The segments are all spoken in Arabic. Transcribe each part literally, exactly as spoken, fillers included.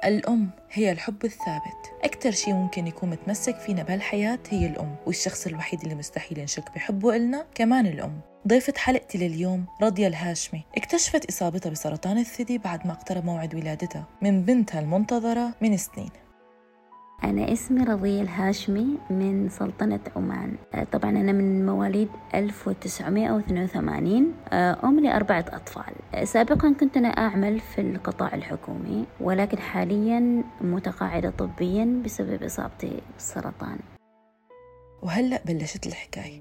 الأم هي الحب الثابت. أكتر شي ممكن يكون متمسك فينا بهالحياة هي الأم، والشخص الوحيد اللي مستحيل نشك بحبه إلنا كمان الأم. ضيفة حلقتي لليوم رضيا الهاشمي، اكتشفت إصابتها بسرطان الثدي بعد ما اقترب موعد ولادتها من بنتها المنتظرة من سنين. أنا اسمي رضيا الهاشمي من سلطنة عمان. طبعا أنا من مواليد ألف وتسعمائة واثنين وثمانين، أم لأربعة أطفال. سابقا كنت أنا أعمل في القطاع الحكومي، ولكن حاليا متقاعدة طبيا بسبب إصابتي بالسرطان. وهلأ بلشت الحكاية.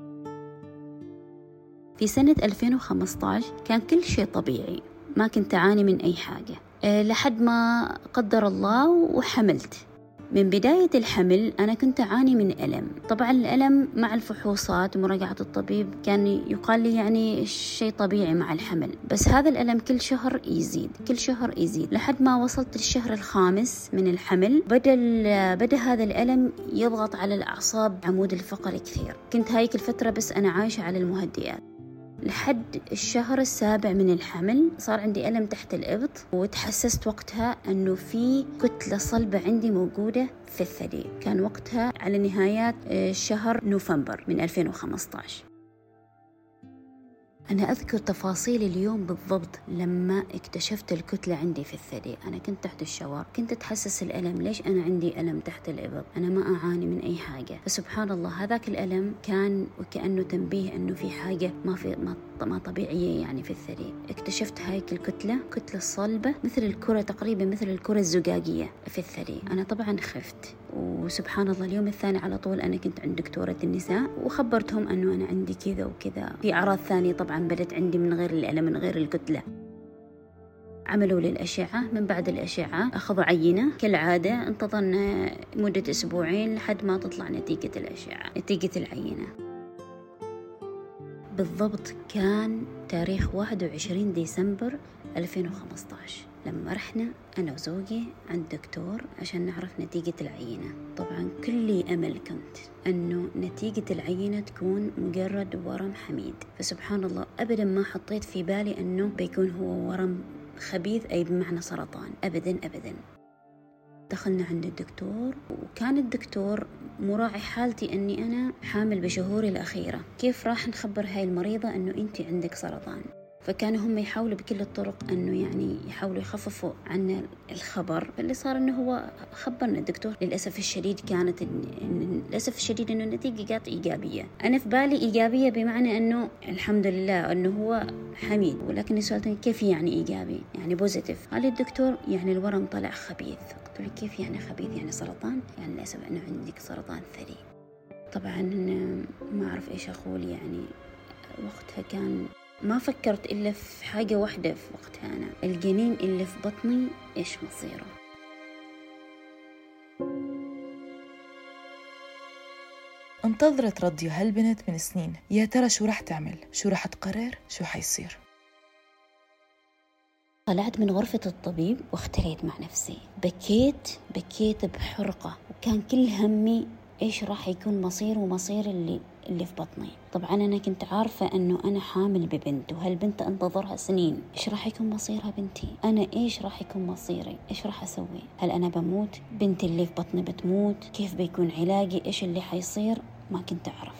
في سنة ألفين وخمسة عشر كان كل شيء طبيعي، ما كنت أعاني من أي حاجة لحد ما قدر الله وحملت. من بداية الحمل أنا كنت أعاني من ألم. طبعا الألم مع الفحوصات ومراجعة الطبيب كان يقال لي يعني شيء طبيعي مع الحمل، بس هذا الألم كل شهر يزيد كل شهر يزيد لحد ما وصلت للشهر الخامس من الحمل. بدأ بدأ هذا الألم يضغط على الأعصاب، عمود الفقري كثير. كنت هايك الفترة بس أنا عايشة على المهدئات. لحد الشهر السابع من الحمل صار عندي ألم تحت الإبط، وتحسست وقتها أنه في كتلة صلبة عندي موجودة في الثدي. كان وقتها على نهايات شهر نوفمبر من ألفين وخمسة عشر. أنا أذكر تفاصيل اليوم بالضبط لما اكتشفت الكتلة عندي في الثدي. أنا كنت تحت الشاور، كنت أتحسس الألم. ليش أنا عندي ألم تحت الإبط؟ أنا ما أعاني من أي حاجة. فسبحان الله هذاك الألم كان وكأنه تنبيه أنه في حاجة ما في ما ما طبيعية يعني في الثدي. اكتشفت هايك الكتلة، كتلة صلبة مثل الكرة، تقريبا مثل الكرة الزجاجية في الثدي. أنا طبعا خفت، وسبحان الله اليوم الثاني على طول أنا كنت عند دكتورة النساء وخبرتهم أنه أنا عندي كذا وكذا. في أعراض ثانية طبعا بدت عندي من غير الألم من غير الكتلة. عملوا لي الأشعة. من بعد الأشعة أخذوا عينة كالعادة، انتظرنا مدة أسبوعين لحد ما تطلع نتيجة الأشعة، نتيجة العينة. بالضبط كان تاريخ واحد وعشرين ديسمبر ألفين وخمسة عشر لما رحنا أنا وزوجي عند دكتور عشان نعرف نتيجة العينة. طبعا كل أمل كنت أنه نتيجة العينة تكون مجرد ورم حميد. فسبحان الله أبدا ما حطيت في بالي أنه بيكون هو ورم خبيث أي بمعنى سرطان، أبدا أبدا. دخلنا عند الدكتور، وكان الدكتور مراعي حالتي أني أنا حامل بشهوري الأخيرة. كيف راح نخبر هاي المريضة أنه أنت عندك سرطان؟ فكانوا هم يحاولوا بكل الطرق أنه يعني يحاولوا يخففوا عنا الخبر. فاللي صار أنه هو خبرنا الدكتور. للأسف الشديد كانت للأسف الشديد أنه النتيجة كانت إيجابية. أنا في بالي إيجابية بمعنى أنه الحمد لله أنه هو حميد، ولكن سألتني كيف يعني إيجابي؟ يعني بوزيتيف. قال الدكتور يعني الورم طلع خبيث. قلت له كيف يعني خبيث؟ يعني سرطان؟ يعني للأسف أنه عندك سرطان ثدي. طبعا ما أعرف إيش أقول. يعني وقتها كان ما فكرت إلا في حاجة واحدة في وقتها، أنا الجنين اللي في بطني إيش مصيره. انتظرت رضيا هالبنت من سنين، يا ترى شو رح تعمل؟ شو رح تقرر؟ شو حيصير؟ طلعت من غرفة الطبيب واختليت مع نفسي. بكيت بكيت بحرقة، وكان كل همي إيش راح يكون مصير ومصير اللي اللي في بطني. طبعا أنا كنت عارفة أنه أنا حامل ببنت، وهالبنت أنتظرها سنين. إيش راح يكون مصيرها بنتي؟ أنا إيش راح يكون مصيري؟ إيش راح أسوي؟ هل أنا بموت؟ بنتي اللي في بطني بتموت؟ كيف بيكون علاجي؟ إيش اللي حيصير؟ ما كنت أعرف.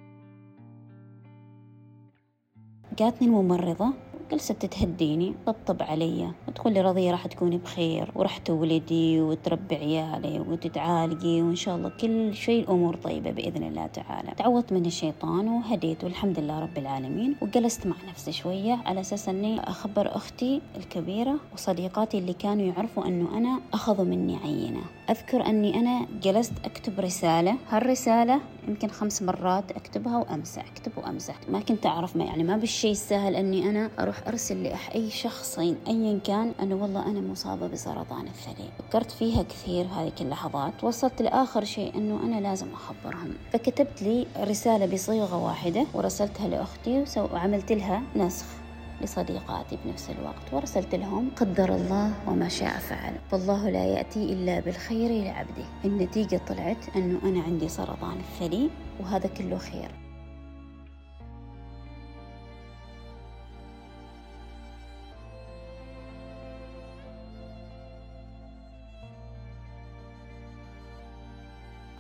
جاتني الممرضة جلست تهديني، طبطب علي وتقول لي رضية راح تكوني بخير، وراح تولدي وتربي عيالي وتتعالجي، وإن شاء الله كل شيء الأمور طيبة بإذن الله تعالى. تعوضت من الشيطان وهديت والحمد لله رب العالمين. وجلست مع نفسي شوية على أساس أني أخبر أختي الكبيرة وصديقاتي اللي كانوا يعرفوا أنه أنا أخذوا مني عينة. أذكر أني أنا جلست أكتب رسالة. هالرسالة يمكن خمس مرات أكتبها وأمسح، أكتب وأمسح. ما كنت أعرف ما يعني ما بالشيء السهل أني أنا أروح أرسل لأي شخص أيا كان أنه والله أنا مصابة بسرطان الثدي. فكرت فيها كثير هذه اللحظات. وصلت لآخر شيء أنه أنا لازم أخبرهم. فكتبت لي رسالة بصيغة واحدة ورسلتها لأختي وعملت لها نسخ لصديقاتي بنفس الوقت، ورسلت لهم قدر الله وما شاء فعل، فالله لا يأتي إلا بالخير لعبده. النتيجة طلعت أنه أنا عندي سرطان الثدي، وهذا كله خير.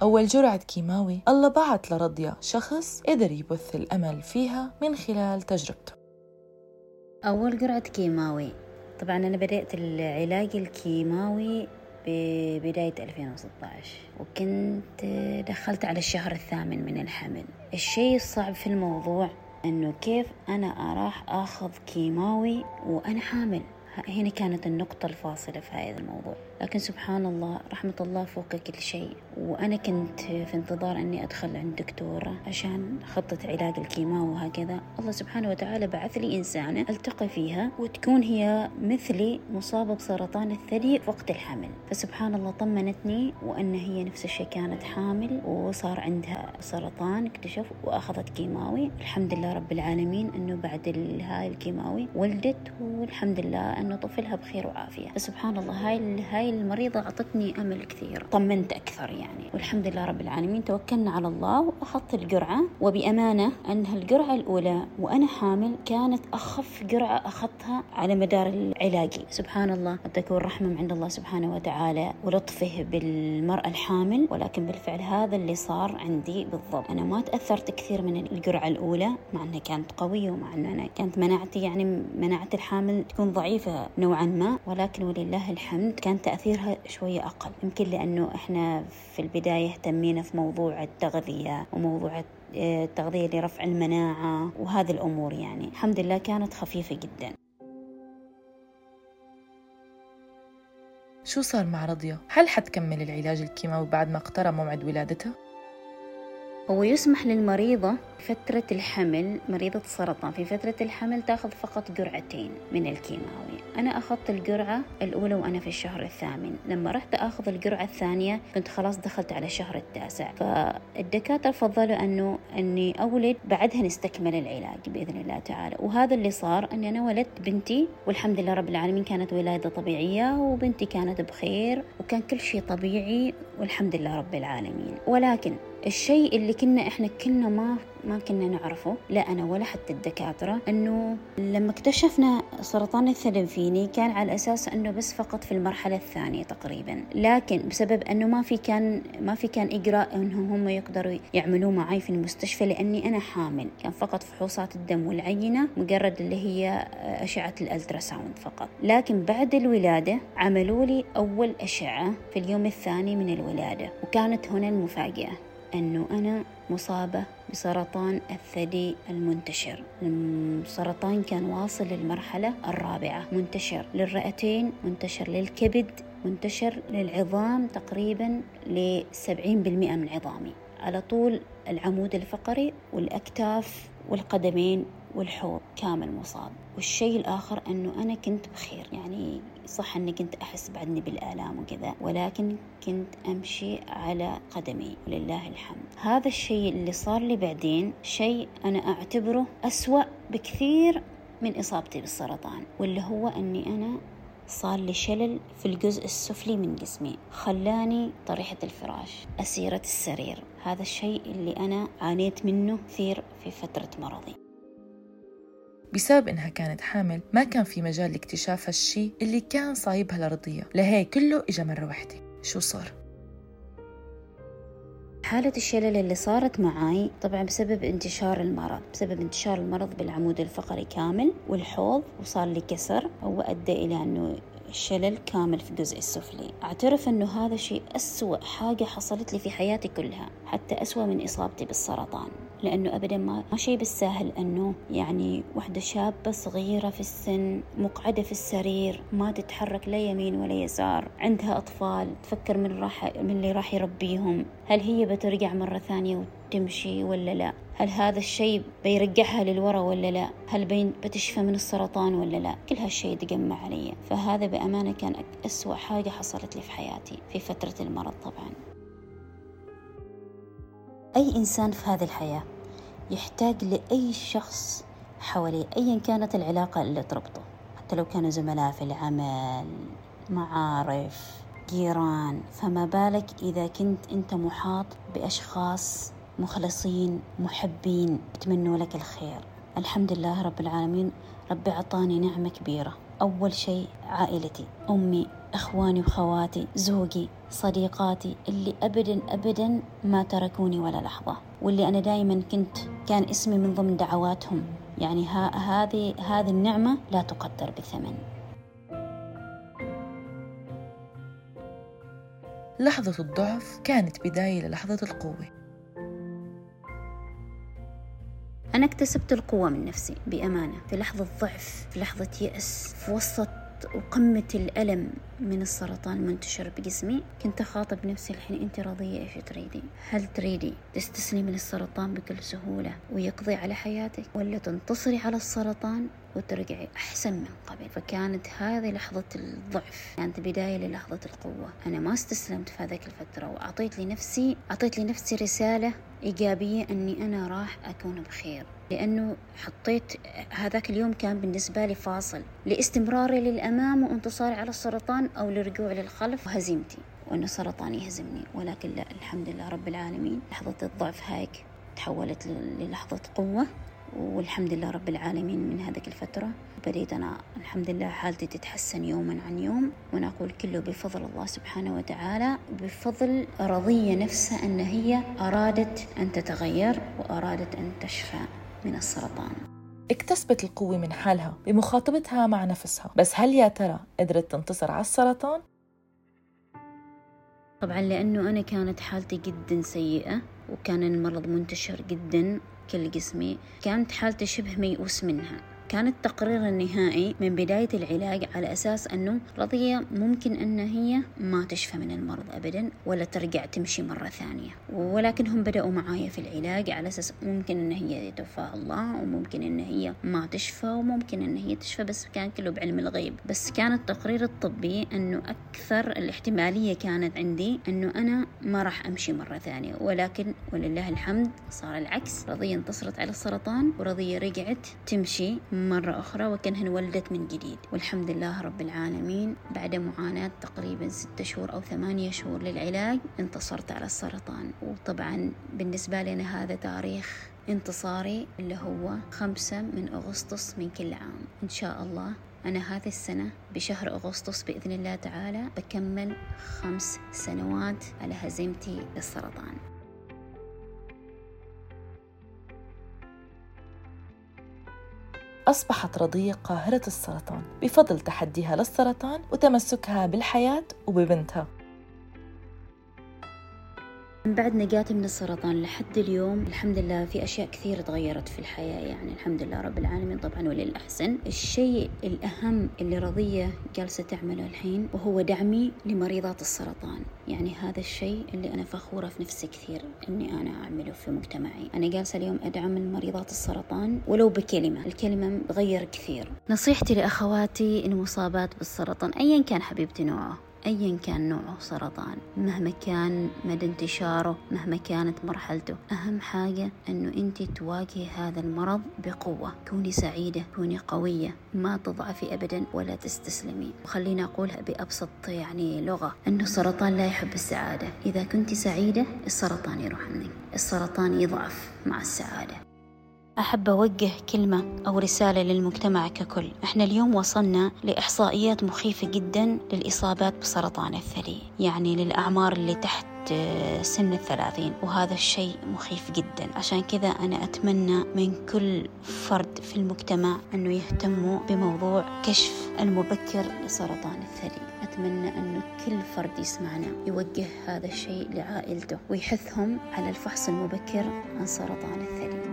أول جرعة كيماوي الله بعت لرضيا شخص قدر يبث الأمل فيها من خلال تجربته. أول جرعة كيماوي، طبعا أنا بدأت العلاج الكيماوي ببداية ألفين وستة عشر، وكنت دخلت على الشهر الثامن من الحمل. الشيء الصعب في الموضوع أنه كيف أنا أراح أخذ كيماوي وأنا حامل. هنا كانت النقطة الفاصلة في هذا الموضوع، لكن سبحان الله رحمة الله فوق كل شيء. وأنا كنت في انتظار أني أدخل عند دكتورة عشان خطة علاج الكيماوي وهكذا. الله سبحانه وتعالى بعث لي إنسانة ألتقي فيها وتكون هي مثلي مصابة بسرطان الثدي في وقت الحمل. فسبحان الله طمنتني وأن هي نفس الشيء كانت حامل وصار عندها سرطان اكتشف وأخذت كيماوي. الحمد لله رب العالمين أنه بعد هاي الكيماوي ولدت، والحمد لله أنه طفلها بخير وعافية. فسبحان الله هاي هاي المريضة أعطتني أمل كثير، طمنت أكثر يعني. والحمد لله رب العالمين توكلنا على الله وأخذت الجرعة. وبأمانة أنها الجرعة الأولى وأنا حامل كانت أخف جرعة أخذتها على مدار العلاجي. سبحان الله، تكون رحمة من عند الله سبحانه وتعالى ولطفه بالمرأة الحامل. ولكن بالفعل هذا اللي صار عندي بالضبط. أنا ما تأثرت كثير من الجرعة الأولى مع أنها كانت قوية ومع أنها كانت مناعتي يعني مناعة الحامل تكون ضعيفة نوعا ما، ولكن ولله الحمد كان تأثيرها شوية أقل. يمكن لأنه إحنا في البداية اهتمينا في موضوع التغذية وموضوع التغذية لرفع المناعة وهذه الأمور، يعني الحمد لله كانت خفيفة جدا. شو صار مع رضيا؟ هل حتكمل العلاج الكيماوي بعد ما اقترب موعد ولادتها؟ هو يسمح للمريضة فترة الحمل، مريضة السرطان في فترة الحمل تأخذ فقط جرعتين من الكيماوي. أنا أخذت الجرعة الأولى وأنا في الشهر الثامن. لما رحت أخذ الجرعة الثانية كنت خلاص دخلت على الشهر التاسع، فالدكاترة فضلوا أنه أني أولد بعدها نستكمل العلاج بإذن الله تعالى. وهذا اللي صار، أني أنا ولدت بنتي والحمد لله رب العالمين. كانت ولادة طبيعية وبنتي كانت بخير وكان كل شيء طبيعي والحمد لله رب العالمين. ولكن الشيء اللي كنا إحنا كنا ما ما كنا نعرفه، لا أنا ولا حتى الدكاترة، أنه لما اكتشفنا سرطان الثدي فيني كان على أساس أنه بس فقط في المرحلة الثانية تقريبا. لكن بسبب أنه ما في كان ما في كان إجراء أنه هم يقدروا يعملوه معي في المستشفى لأني أنا حامل، كان فقط فحوصات الدم والعينة مجرد اللي هي أشعة الألتراساوند فقط. لكن بعد الولادة عملوا لي أول أشعة في اليوم الثاني من الولادة، وكانت هنا المفاجأة أنه أنا مصابة بسرطان الثدي المنتشر. السرطان كان واصل للمرحلة الرابعة، منتشر للرئتين، منتشر للكبد، منتشر للعظام تقريبا لسبعين بالمئة من عظامي، على طول العمود الفقري والأكتاف والقدمين والحوض كامل مصاب. والشيء الآخر أنه أنا كنت بخير، يعني صح أني كنت أحس بعدني بالآلام وكذا، ولكن كنت أمشي على قدمي ولله الحمد. هذا الشيء اللي صار لي بعدين شيء أنا أعتبره أسوأ بكثير من إصابتي بالسرطان، واللي هو أني أنا صار لي شلل في الجزء السفلي من جسمي، خلاني طريحة الفراش، أسيرة السرير. هذا الشيء اللي أنا عانيت منه كثير في فترة مرضي. بسبب إنها كانت حامل ما كان في مجال لاكتشاف هالشي اللي كان صايبها لرضيا، لهيك كله إجا مرة واحدة. شو صار؟ حالة الشلل اللي صارت معاي طبعا بسبب انتشار المرض، بسبب انتشار المرض بالعمود الفقري كامل والحوض، وصار لي كسر وأدى إلى أنه الشلل كامل في الجزء السفلي. أعترف أنه هذا شيء أسوأ حاجة حصلت لي في حياتي كلها، حتى أسوأ من إصابتي بالسرطان، لأنه أبدا ما شيء بالساهل أنه يعني وحدة شابة صغيرة في السن مقعدة في السرير ما تتحرك لا يمين ولا يسار، عندها أطفال تفكر من راح من اللي راح يربيهم، هل هي بترجع مرة ثانية وتمشي ولا لا؟ هل هذا الشيء بيرجعها للورا ولا لا؟ هل بين بتشفى من السرطان ولا لا؟ كل هالشيء تجمع علي. فهذا بأمانة كان أسوأ حاجة حصلت لي في حياتي في فترة المرض. طبعا أي إنسان في هذه الحياة يحتاج لأي شخص حواليه أيا كانت العلاقة اللي تربطه، حتى لو كانوا زملاء في العمل، معارف، جيران، فما بالك إذا كنت أنت محاط بأشخاص مخلصين محبين بتمنوا لك الخير. الحمد لله رب العالمين، ربي عطاني نعمة كبيرة. أول شيء عائلتي، أمي إخواني وخواتي، زوجي، صديقاتي اللي أبدا أبدا ما تركوني ولا لحظة، واللي أنا دائما كنت كان اسمي من ضمن دعواتهم. يعني هذه هذه النعمة لا تقدر بثمن. لحظة الضعف كانت بداية للحظة القوة. أنا اكتسبت القوة من نفسي بأمانة في لحظة ضعف، في لحظة يأس، في وسط وقمة الألم من السرطان المنتشر بجسمي. كنت أخاطب نفسي الحين، أنت راضية إيش تريدي؟ هل تريدي تستسلمي للسرطان بكل سهولة ويقضي على حياتك، ولا تنتصري على السرطان وترجعي أحسن من قبل؟ فكانت هذه لحظة الضعف، كانت بداية للحظة القوة. أنا ما استسلمت في هذيك الفترة، وأعطيت لنفسي أعطيت لنفسي رسالة إيجابية أني أنا راح أكون بخير، لأنه حطيت هذاك اليوم كان بالنسبة لي فاصل لاستمراري للأمام وانتصاري على السرطان، أو للرجوع للخلف وهزيمتي وأنه السرطان يهزمني. ولكن لا، الحمد لله رب العالمين، لحظة الضعف هايك تحولت للحظة قوة، والحمد لله رب العالمين. من هذيك الفترة بديت أنا الحمد لله حالتي تتحسن يوما عن يوم، وأنا أقول كله بفضل الله سبحانه وتعالى، بفضل رضية نفسها أن هي أرادت أن تتغير وأرادت أن تشفى من السرطان. اكتسبت القوة من حالها بمخاطبتها مع نفسها، بس هل يا ترى قدرت تنتصر على السرطان؟ طبعا لأنه أنا كانت حالتي جدا سيئة، وكان المرض منتشر جدا كل جسمي، كانت حالتي شبه ميؤوس منها. كان التقرير النهائي من بداية العلاج على أساس أنه رضية ممكن أن هي ما تشفى من المرض أبدا ولا ترجع تمشي مرة ثانية، ولكن هم بدأوا معايا في العلاج على أساس ممكن أن هي يتوفاها الله، وممكن أن هي ما تشفى، وممكن أن هي تشفى، بس كان كله بعلم الغيب. بس كان التقرير الطبي أنه أكثر الاحتمالية كانت عندي أنه أنا ما راح أمشي مرة ثانية، ولكن ولله الحمد صار العكس. رضية انتصرت على السرطان، ورضية رجعت تمشي مرة أخرى، وكأنها انولدت من جديد، والحمد لله رب العالمين. بعد معاناة تقريبا ستة شهور أو ثمانية شهور للعلاج انتصرت على السرطان. وطبعا بالنسبة لنا هذا تاريخ انتصاري، اللي هو خمسة من أغسطس من كل عام. إن شاء الله أنا هذه السنة بشهر أغسطس بإذن الله تعالى بكمل خمس سنوات على هزيمتي للسرطان. أصبحت رضية قاهرة السرطان بفضل تحديها للسرطان وتمسكها بالحياة وببنتها. من بعد نجاتي من السرطان لحد اليوم الحمد لله في أشياء كثير تغيرت في الحياة، يعني الحمد لله رب العالمين طبعا وللأحسن. الشيء الأهم اللي رضية جالسة تعمله الحين وهو دعمي لمريضات السرطان. يعني هذا الشيء اللي أنا فخورة في نفسي كثير إني أنا أعمله في مجتمعي. أنا جالسة اليوم أدعم المريضات السرطان ولو بكلمة، الكلمة تغير كثير. نصيحتي لأخواتي المصابات بالسرطان أيا كان حبيبتي نوعه، أيا كان نوعه سرطان، مهما كان مدى انتشاره، مهما كانت مرحلته، أهم حاجة أنه أنت تواجهي هذا المرض بقوة. كوني سعيدة، كوني قوية، ما تضعفي أبدا ولا تستسلمي. وخلينا أقولها بأبسط يعني لغة، أنه السرطان لا يحب السعادة. إذا كنت سعيدة السرطان يروح عنك، السرطان يضعف مع السعادة. أحب أوجه كلمة أو رسالة للمجتمع ككل. إحنا اليوم وصلنا لإحصائيات مخيفة جدا للإصابات بسرطان الثدي، يعني للأعمار اللي تحت سن الثلاثين، وهذا الشيء مخيف جدا. عشان كذا أنا أتمنى من كل فرد في المجتمع أنه يهتموا بموضوع كشف المبكر لسرطان الثدي. أتمنى أنه كل فرد يسمعنا يوجه هذا الشيء لعائلته ويحثهم على الفحص المبكر عن سرطان الثدي.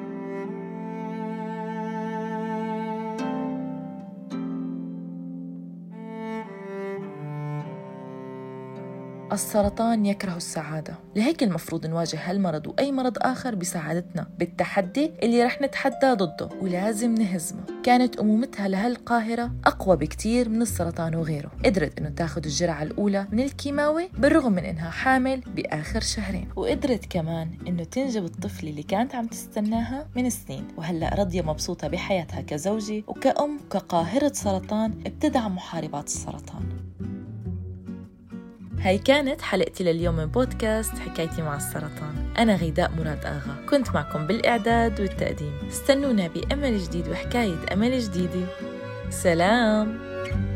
السرطان يكره السعادة، لهيك المفروض نواجه هالمرض وأي مرض آخر بسعادتنا بالتحدي اللي رح نتحدى ضده، ولازم نهزمه. كانت أمومتها لهالقاهرة أقوى بكتير من السرطان وغيره. قدرت إنه تاخد الجرعة الأولى من الكيماوي بالرغم من إنها حامل بآخر شهرين، وقدرت كمان إنه تنجب الطفل اللي كانت عم تستناها من سنين. وهلأ راضية مبسوطة بحياتها كزوجة وكأم وكقاهرة سرطان بتدعم محاربات السرطان. هاي كانت حلقتي لليوم من بودكاست حكايتي مع السرطان. أنا غيداء مراد آغا، كنت معكم بالإعداد والتقديم. استنونا بأمل جديد وحكاية أمل جديدة. سلام.